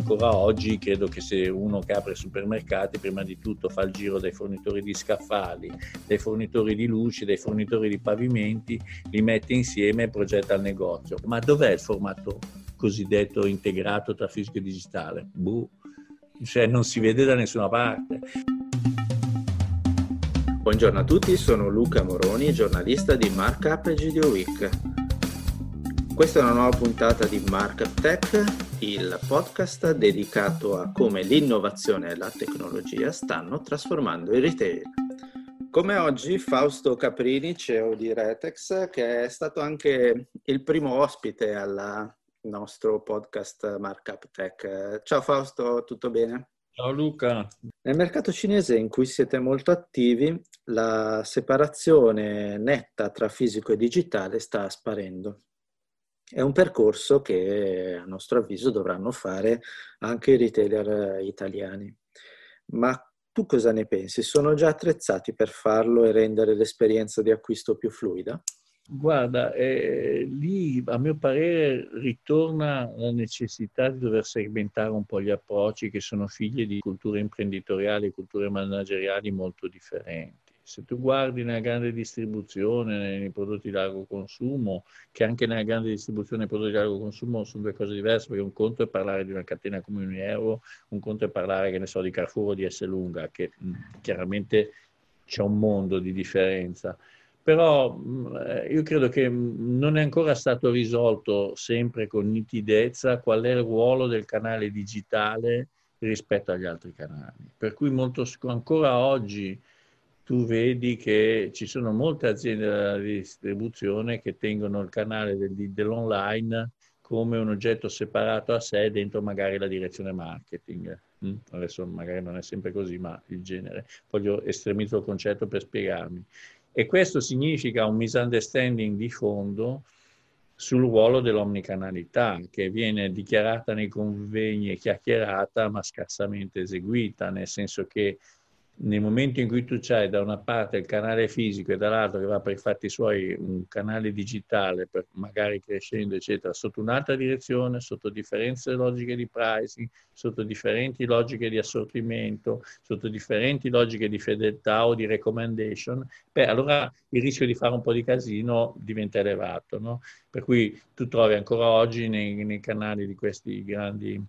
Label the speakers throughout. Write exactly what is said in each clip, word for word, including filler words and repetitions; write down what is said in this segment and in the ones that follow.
Speaker 1: ancora oggi credo che se uno che apre supermercati prima di tutto fa il giro dai fornitori di scaffali, dai fornitori di luci, dai fornitori di pavimenti, li mette insieme e progetta il negozio. Ma dov'è il formato cosiddetto integrato tra fisico e digitale? Boh, cioè non si vede da nessuna parte.
Speaker 2: Buongiorno a tutti, sono Luca Moroni, giornalista di Markup e G D O Week. Questa è una nuova puntata di Markup Tech, il podcast dedicato a come l'innovazione e la tecnologia stanno trasformando il retail. Come oggi Fausto Caprini, C E O di Retex, che è stato anche il primo ospite al nostro podcast Markup Tech. Ciao Fausto, tutto bene?
Speaker 1: Ciao Luca.
Speaker 2: Nel mercato cinese in cui siete molto attivi, la separazione netta tra fisico e digitale sta sparendo. È un percorso che a nostro avviso dovranno fare anche i retailer italiani. Ma tu cosa ne pensi? Sono già attrezzati per farlo e rendere l'esperienza di acquisto più fluida?
Speaker 1: Guarda, eh, lì a mio parere ritorna la necessità di dover segmentare un po' gli approcci che sono figli di culture imprenditoriali e culture manageriali molto differenti. Se tu guardi nella grande distribuzione, nei prodotti di largo consumo, che anche nella grande distribuzione dei prodotti di largo consumo sono due cose diverse, perché un conto è parlare di una catena come Unieuro, un conto è parlare, che ne so, di Carrefour o di Esselunga, che mh, chiaramente c'è un mondo di differenza. Però io credo che non è ancora stato risolto sempre con nitidezza qual è il ruolo del canale digitale rispetto agli altri canali. Per cui molto, ancora oggi tu vedi che ci sono molte aziende della distribuzione che tengono il canale del, dell'online come un oggetto separato a sé dentro magari la direzione marketing. Adesso magari non è sempre così, ma il genere. Voglio estremizzo il concetto per spiegarmi. E questo significa un misunderstanding di fondo sul ruolo dell'omnicanalità, che viene dichiarata nei convegni e chiacchierata, ma scarsamente eseguita, nel senso che nel momento in cui tu c'hai da una parte il canale fisico e dall'altro che va per i fatti suoi un canale digitale, per magari crescendo, eccetera, sotto un'altra direzione, sotto differenti logiche di pricing, sotto differenti logiche di assortimento, sotto differenti logiche di fedeltà o di recommendation, beh, allora il rischio di fare un po' di casino diventa elevato, no? Per cui tu trovi ancora oggi nei, nei canali di questi grandi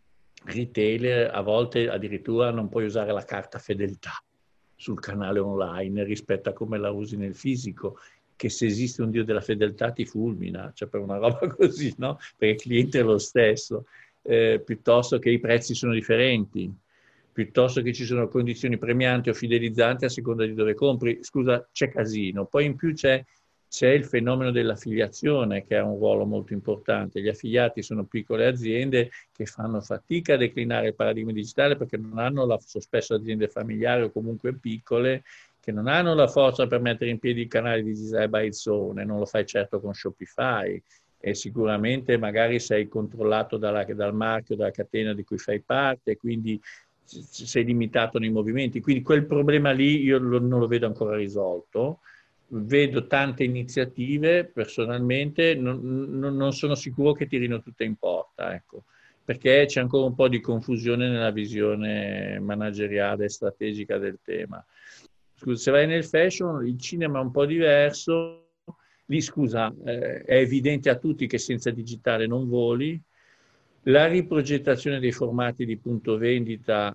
Speaker 1: retailer, a volte addirittura non puoi usare la carta fedeltà sul canale online rispetto a come la usi nel fisico, che se esiste un dio della fedeltà ti fulmina, cioè per una roba così, no? Perché il cliente è lo stesso, eh, piuttosto che i prezzi sono differenti, piuttosto che ci sono condizioni premianti o fidelizzanti a seconda di dove compri. Scusa, c'è casino. Poi in più c'è C'è il fenomeno dell'affiliazione che ha un ruolo molto importante. Gli affiliati sono piccole aziende che fanno fatica a declinare il paradigma digitale perché non hanno la, sono spesso aziende familiari o comunque piccole, che non hanno la forza per mettere in piedi il canale digitale by its own, e non lo fai certo con Shopify. E sicuramente magari sei controllato dalla, dal marchio, dalla catena di cui fai parte, quindi sei limitato nei movimenti. Quindi quel problema lì io lo, non lo vedo ancora risolto. Vedo tante iniziative, personalmente non, non, non sono sicuro che tirino tutte in porta, ecco, perché c'è ancora un po' di confusione nella visione manageriale e strategica del tema. Scusa, se vai nel fashion, il cinema è un po' diverso, lì scusa, eh, è evidente a tutti che senza digitale non voli, la riprogettazione dei formati di punto vendita,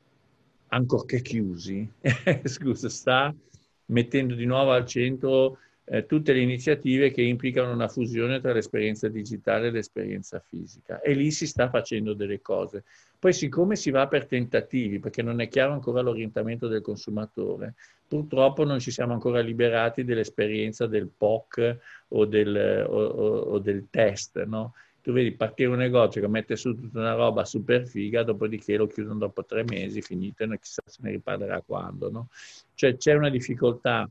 Speaker 1: ancorché chiusi, scusa, sta mettendo di nuovo al centro eh, tutte le iniziative che implicano una fusione tra l'esperienza digitale e l'esperienza fisica. E lì si sta facendo delle cose. Poi siccome si va per tentativi, perché non è chiaro ancora l'orientamento del consumatore, purtroppo non ci siamo ancora liberati dell'esperienza del P O C o del, o, o, o del test, no? Tu vedi partire un negozio che mette su tutta una roba super figa, dopodiché lo chiudono dopo tre mesi, finito, e chissà se ne riparlerà quando, no? Cioè c'è una difficoltà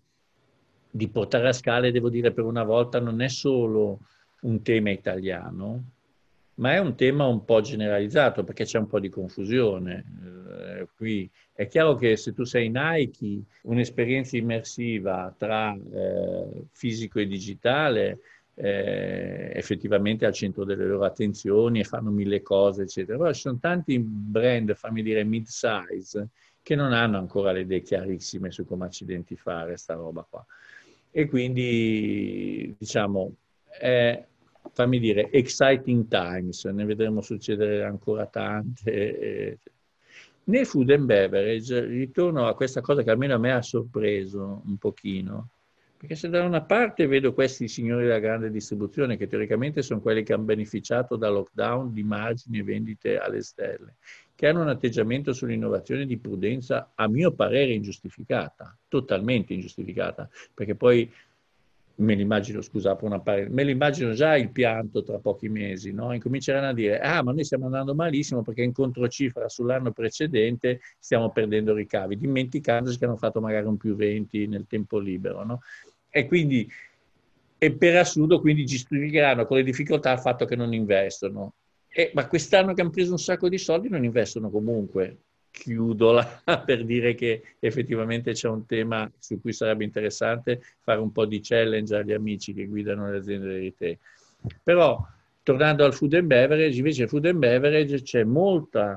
Speaker 1: di portare a scala, e devo dire per una volta non è solo un tema italiano, ma è un tema un po' generalizzato perché c'è un po' di confusione. Eh, qui è chiaro che se tu sei Nike, un'esperienza immersiva tra eh, fisico e digitale eh, effettivamente al centro delle loro attenzioni e fanno mille cose, eccetera. Però ci sono tanti brand, fammi dire, mid-size, che non hanno ancora le idee chiarissime su come accidenti fare sta roba qua. E quindi, diciamo, è, fammi dire, exciting times, ne vedremo succedere ancora tante. E... Nel food and beverage, ritorno a questa cosa che almeno a me ha sorpreso un pochino, perché se da una parte vedo questi signori della grande distribuzione, che teoricamente sono quelli che hanno beneficiato da lockdown di margini e vendite alle stelle, che hanno un atteggiamento sull'innovazione di prudenza, a mio parere, ingiustificata, totalmente ingiustificata, perché poi me l'immagino, scusa, una pare, me l'immagino già il pianto tra pochi mesi, no? Incominceranno a dire, ah, ma noi stiamo andando malissimo perché in controcifra sull'anno precedente stiamo perdendo ricavi, dimenticandosi che hanno fatto magari un più venti nel tempo libero, no? E quindi, e per assurdo, quindi giustificheranno con le difficoltà il fatto che non investono. E, ma quest'anno che hanno preso un sacco di soldi non investono comunque. Chiudo là per dire che effettivamente c'è un tema su cui sarebbe interessante fare un po' di challenge agli amici che guidano le aziende di retail. Però, tornando al food and beverage, invece il food and beverage c'è molta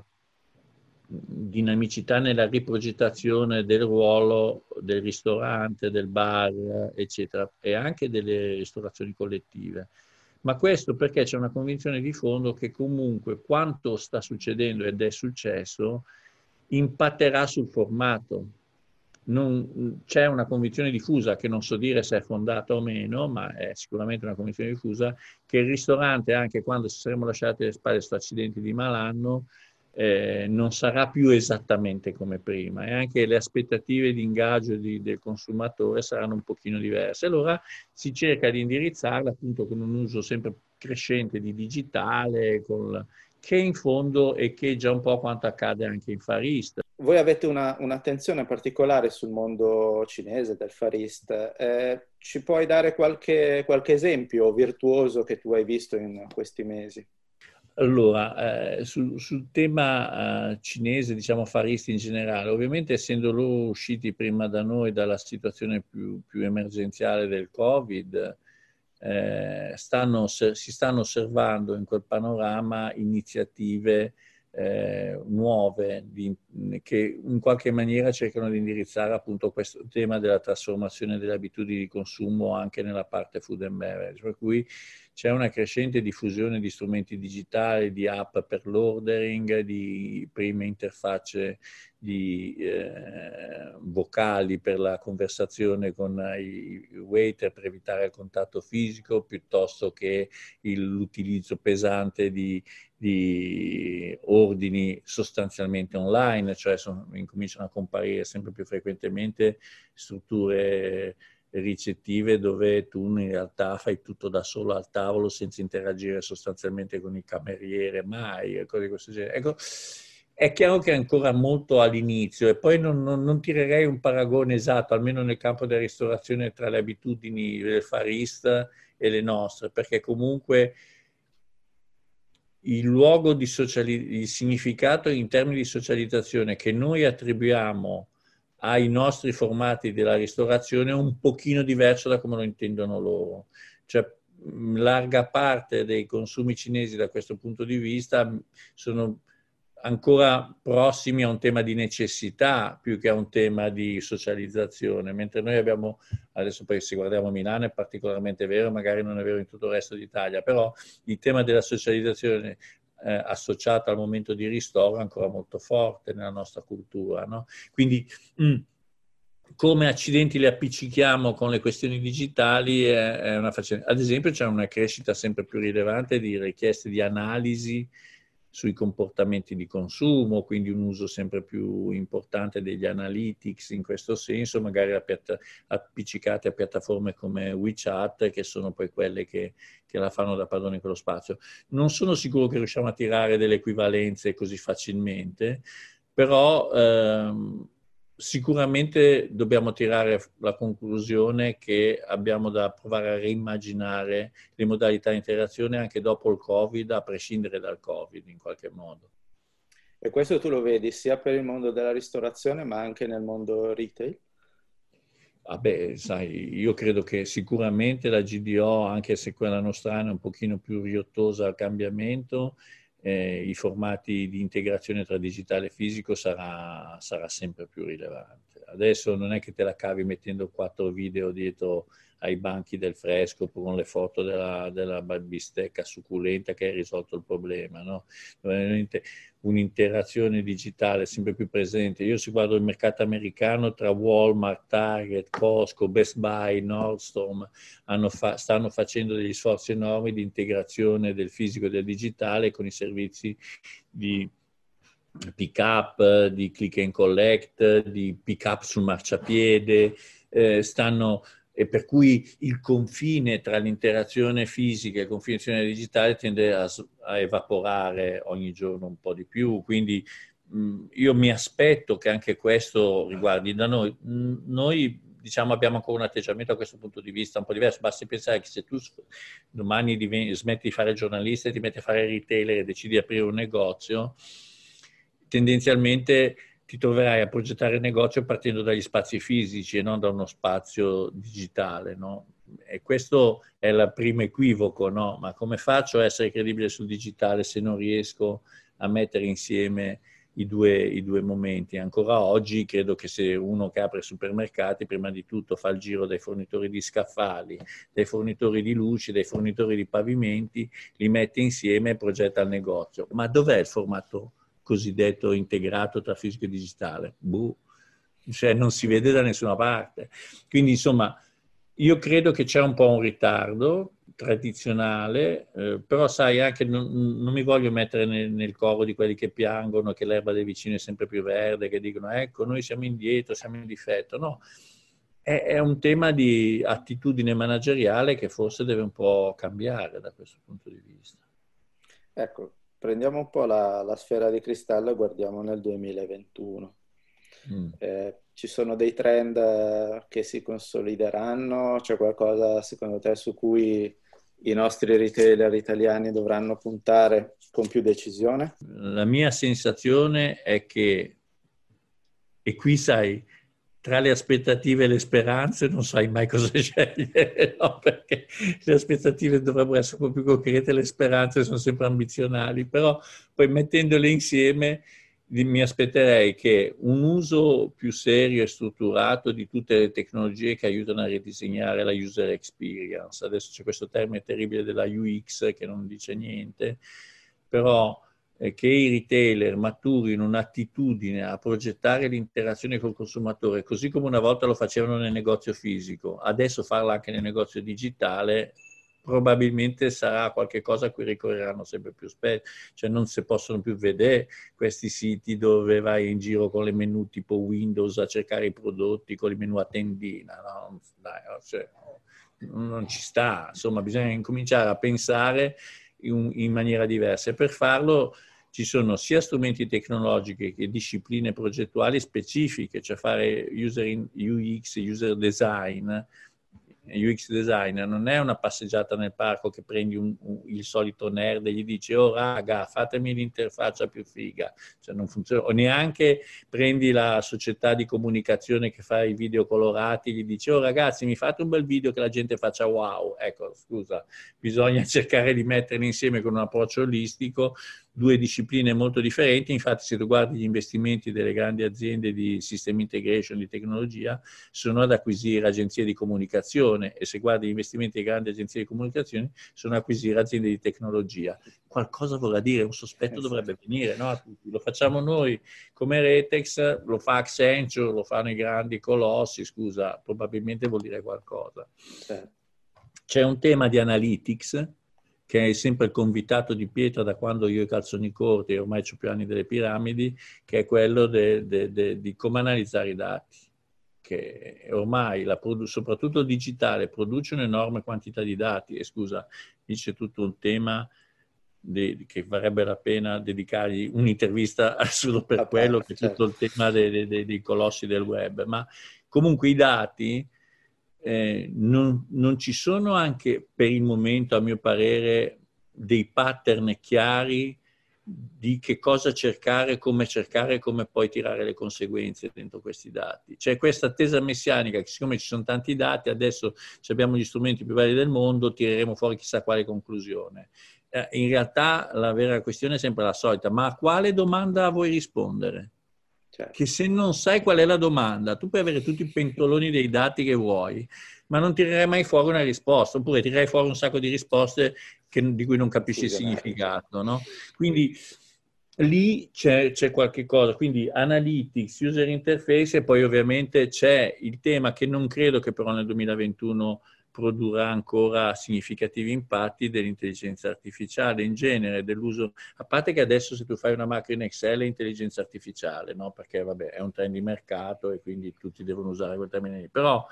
Speaker 1: dinamicità nella riprogettazione del ruolo del ristorante, del bar, eccetera, e anche delle ristorazioni collettive. Ma questo perché c'è una convinzione di fondo che comunque quanto sta succedendo ed è successo impatterà sul formato. Non, c'è una convinzione diffusa, che non so dire se è fondata o meno, ma è sicuramente una convinzione diffusa, che il ristorante, anche quando ci saremo lasciati alle spalle questo accidente di malanno, eh, non sarà più esattamente come prima, e anche le aspettative di ingaggio di, del consumatore saranno un pochino diverse. Allora si cerca di indirizzarla appunto con un uso sempre crescente di digitale, con, che in fondo echeggia un po' quanto accade anche in Far East.
Speaker 2: Voi avete una, un'attenzione particolare sul mondo cinese del Far East. Eh, ci puoi dare qualche, qualche esempio virtuoso che tu hai visto in questi mesi?
Speaker 1: Allora, eh, sul, sul tema eh, cinese, diciamo Far East in generale, ovviamente essendo loro usciti prima da noi dalla situazione più, più emergenziale del Covid, eh, stanno, si stanno osservando in quel panorama iniziative eh, nuove di, che in qualche maniera cercano di indirizzare appunto questo tema della trasformazione delle abitudini di consumo anche nella parte food and beverage, per cui c'è una crescente diffusione di strumenti digitali, di app per l'ordering, di prime interfacce di eh, vocali per la conversazione con i waiter per evitare il contatto fisico, piuttosto che il, l'utilizzo pesante di, di ordini sostanzialmente online, cioè sono, incominciano a comparire sempre più frequentemente strutture ricettive dove tu in realtà fai tutto da solo al tavolo senza interagire sostanzialmente con il cameriere mai, e cose di questo genere. Ecco, è chiaro che è ancora molto all'inizio e poi non, non, non tirerei un paragone esatto, almeno nel campo della ristorazione, tra le abitudini del Far East e le nostre, perché comunque il luogo di socializzazione, il significato in termini di socializzazione che noi attribuiamo ai nostri formati della ristorazione è un pochino diverso da come lo intendono loro. Cioè, larga parte dei consumi cinesi da questo punto di vista sono ancora prossimi a un tema di necessità più che a un tema di socializzazione, mentre noi abbiamo, adesso poi se guardiamo Milano è particolarmente vero, magari non è vero in tutto il resto d'Italia, però il tema della socializzazione eh, associata al momento di ristoro è ancora molto forte nella nostra cultura, no? Quindi mh, come accidenti le appiccichiamo con le questioni digitali è, è una faccenda. Ad esempio c'è una crescita sempre più rilevante di richieste di analisi sui comportamenti di consumo, quindi un uso sempre più importante degli analytics in questo senso, magari appiccicate a piattaforme come WeChat, che sono poi quelle che, che la fanno da padrone con lo spazio. Non sono sicuro che riusciamo a tirare delle equivalenze così facilmente, però ehm, sicuramente dobbiamo tirare la conclusione che abbiamo da provare a reimmaginare le modalità di interazione anche dopo il Covid, a prescindere dal Covid in qualche modo.
Speaker 2: E questo tu lo vedi sia per il mondo della ristorazione ma anche nel mondo retail?
Speaker 1: Vabbè, sai, io credo che sicuramente la G D O, anche se quella nostrana è un pochino più riottosa al cambiamento, eh, i formati di integrazione tra digitale e fisico sarà, sarà sempre più rilevante. Adesso non è che te la cavi mettendo quattro video dietro ai banchi del fresco con le foto della, della bistecca succulenta che hai risolto il problema, no? Un'interazione digitale sempre più presente. Io se guardo il mercato americano, tra Walmart, Target, Costco, Best Buy, Nordstrom, hanno fa- stanno facendo degli sforzi enormi di integrazione del fisico e del digitale con i servizi di pick up, di click and collect, di pick up sul marciapiede, eh, stanno e per cui il confine tra l'interazione fisica e il confine digitale tende a, a evaporare ogni giorno un po' di più, quindi mh, io mi aspetto che anche questo riguardi da noi. Mh, noi diciamo abbiamo ancora un atteggiamento a questo punto di vista un po' diverso, basti pensare che se tu domani diventi, smetti di fare giornalista e ti metti a fare retailer e decidi di aprire un negozio, tendenzialmente ti troverai a progettare il negozio partendo dagli spazi fisici e non da uno spazio digitale, no? E questo è il primo equivoco, no? Ma come faccio a essere credibile sul digitale se non riesco a mettere insieme i due, i due momenti? Ancora oggi credo che se uno che apre supermercati, prima di tutto fa il giro dai fornitori di scaffali, dai fornitori di luci, dai fornitori di pavimenti, li mette insieme e progetta il negozio. Ma dov'è il formato cosiddetto integrato tra fisico e digitale? Buh. Cioè non si vede da nessuna parte. Quindi insomma io credo che c'è un po' un ritardo tradizionale, eh, però sai anche non, non mi voglio mettere nel, nel coro di quelli che piangono che l'erba dei vicini è sempre più verde, che dicono ecco noi siamo indietro, siamo in difetto. No, è, è un tema di attitudine manageriale che forse deve un po' cambiare da questo punto di vista.
Speaker 2: Ecco, prendiamo un po' la, la sfera di cristallo e guardiamo nel duemilaventuno. Mm. Eh, ci sono dei trend eh, che si consolideranno? C'è qualcosa secondo te su cui i nostri retailer italiani dovranno puntare con più decisione?
Speaker 1: La mia sensazione è che, e qui sai, tra le aspettative e le speranze non sai mai cosa scegliere, no? Perché le aspettative dovrebbero essere un po' più concrete, le speranze sono sempre ambizionali, però poi mettendole insieme mi aspetterei che un uso più serio e strutturato di tutte le tecnologie che aiutano a ridisegnare la user experience. Adesso c'è questo termine terribile della U X che non dice niente, però che i retailer maturino un'attitudine a progettare l'interazione col consumatore, così come una volta lo facevano nel negozio fisico, adesso farla anche nel negozio digitale, probabilmente sarà qualche cosa a cui ricorreranno sempre più spesso, cioè non si possono più vedere questi siti dove vai in giro con le menu tipo Windows a cercare i prodotti con il menu a tendina, no? Dai, cioè, non ci sta, insomma bisogna incominciare a pensare in, in maniera diversa e per farlo ci sono sia strumenti tecnologici che discipline progettuali specifiche, cioè fare user in, U X, user design. U X designer non è una passeggiata nel parco che prendi un, un, il solito nerd e gli dici oh raga fatemi l'interfaccia più figa, cioè non funziona, o neanche prendi la società di comunicazione che fa i video colorati e gli dici oh ragazzi mi fate un bel video che la gente faccia wow, ecco scusa, bisogna cercare di metterli insieme con un approccio olistico, due discipline molto differenti. Infatti se tu guardi gli investimenti delle grandi aziende di system integration, di tecnologia, sono ad acquisire agenzie di comunicazione e se guardi gli investimenti delle grandi agenzie di comunicazione sono ad acquisire aziende di tecnologia. Qualcosa vorrà dire, un sospetto dovrebbe venire, no? A tutti. Lo facciamo noi come Retex, lo fa Accenture, lo fanno i grandi colossi, scusa, probabilmente vuol dire qualcosa. C'è un tema di analytics che è sempre il convitato di pietra da quando io calzo calzoni corti e ormai ho più anni delle piramidi, che è quello de, de, de, di come analizzare i dati, che ormai, la produ- soprattutto il digitale, produce un'enorme quantità di dati e scusa, lì c'è tutto un tema de, che varrebbe la pena dedicargli un'intervista solo per ah, quello, che è certo. Tutto il tema dei, dei, dei colossi del web, ma comunque i dati Eh, non, non ci sono anche per il momento, a mio parere, dei pattern chiari di che cosa cercare, come cercare, come poi tirare le conseguenze dentro questi dati. C'è questa attesa messianica che siccome ci sono tanti dati, adesso se abbiamo gli strumenti più belli del mondo, tireremo fuori chissà quale conclusione. Eh, in realtà la vera questione è sempre la solita, ma a quale domanda vuoi rispondere? Certo. Che se non sai qual è la domanda, tu puoi avere tutti i pentoloni dei dati che vuoi, ma non tirerai mai fuori una risposta, oppure tirerai fuori un sacco di risposte che, di cui non capisci il significato, no? Quindi lì c'è, c'è qualche cosa, quindi analytics, user interface, e poi ovviamente c'è il tema che non credo che però nel duemilaventuno produrrà ancora significativi impatti dell'intelligenza artificiale in genere, dell'uso, a parte che adesso se tu fai una macro in Excel è intelligenza artificiale, no? Perché vabbè è un trend di mercato e quindi tutti devono usare quel termine lì, però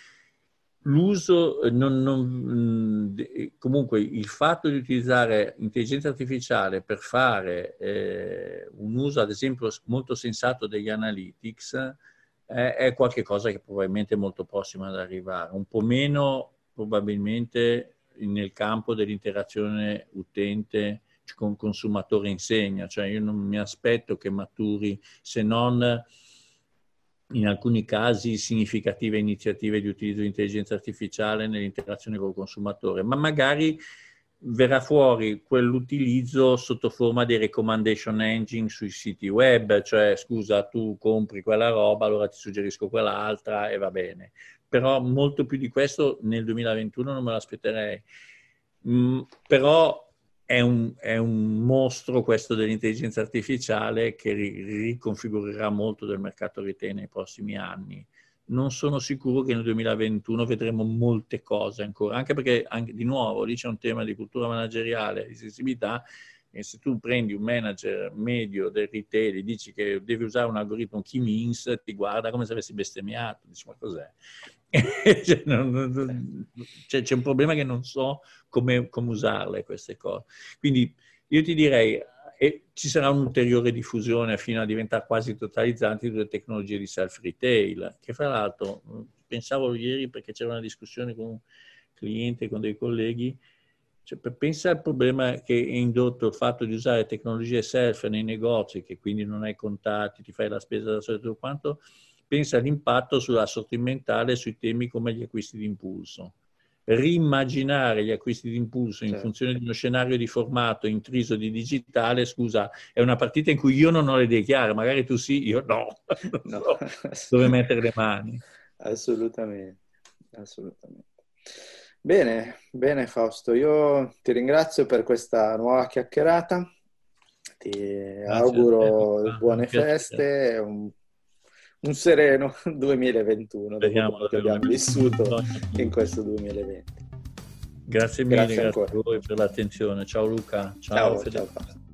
Speaker 1: l'uso, non, non, comunque il fatto di utilizzare intelligenza artificiale per fare eh, un uso ad esempio molto sensato degli analytics eh, è qualcosa che probabilmente è molto prossimo ad arrivare, un po' meno probabilmente nel campo dell'interazione utente con consumatore insegna, cioè io non mi aspetto che maturi se non in alcuni casi significative iniziative di utilizzo di intelligenza artificiale nell'interazione col consumatore, ma magari verrà fuori quell'utilizzo sotto forma di recommendation engine sui siti web, cioè scusa tu compri quella roba, allora ti suggerisco quell'altra e va bene. Però molto più di questo nel duemilaventuno non me l'aspetterei. Mm, però è un, è un mostro questo dell'intelligenza artificiale che ri, riconfigurerà molto del mercato retail nei prossimi anni. Non sono sicuro che nel duemilaventuno vedremo molte cose ancora, anche perché anche, di nuovo lì c'è un tema di cultura manageriale, di sensibilità, e se tu prendi un manager medio del retail e dici che devi usare un algoritmo key means, ti guarda come se avessi bestemmiato, dici ma cos'è? Cioè, non, non, cioè, c'è un problema che non so come, come usarle queste cose. Quindi io ti direi, e ci sarà un'ulteriore diffusione fino a diventare quasi totalizzanti delle tecnologie di self-retail, che fra l'altro pensavo ieri perché c'era una discussione con un cliente, con dei colleghi, cioè, per pensare al problema che è indotto il fatto di usare tecnologie self nei negozi, che quindi non hai contatti, ti fai la spesa da solo e tutto quanto, pensa all'impatto sull'assortimentale sui temi come gli acquisti d'impulso. Rimmaginare gli acquisti d'impulso in certo. funzione di uno scenario di formato intriso di digitale, scusa, è una partita in cui io non ho le idee chiare, magari tu sì, io no, non no. so dove mettere le mani.
Speaker 2: Assolutamente, assolutamente. Bene, bene Fausto, io ti ringrazio per questa nuova chiacchierata, ti Grazie auguro te, buone feste e un, un sereno duemilaventuno dopo quello che abbiamo vissuto in questo duemilaventi.
Speaker 1: Grazie mille, grazie, grazie a voi per l'attenzione. Ciao Luca.
Speaker 2: Ciao, ciao, ciao.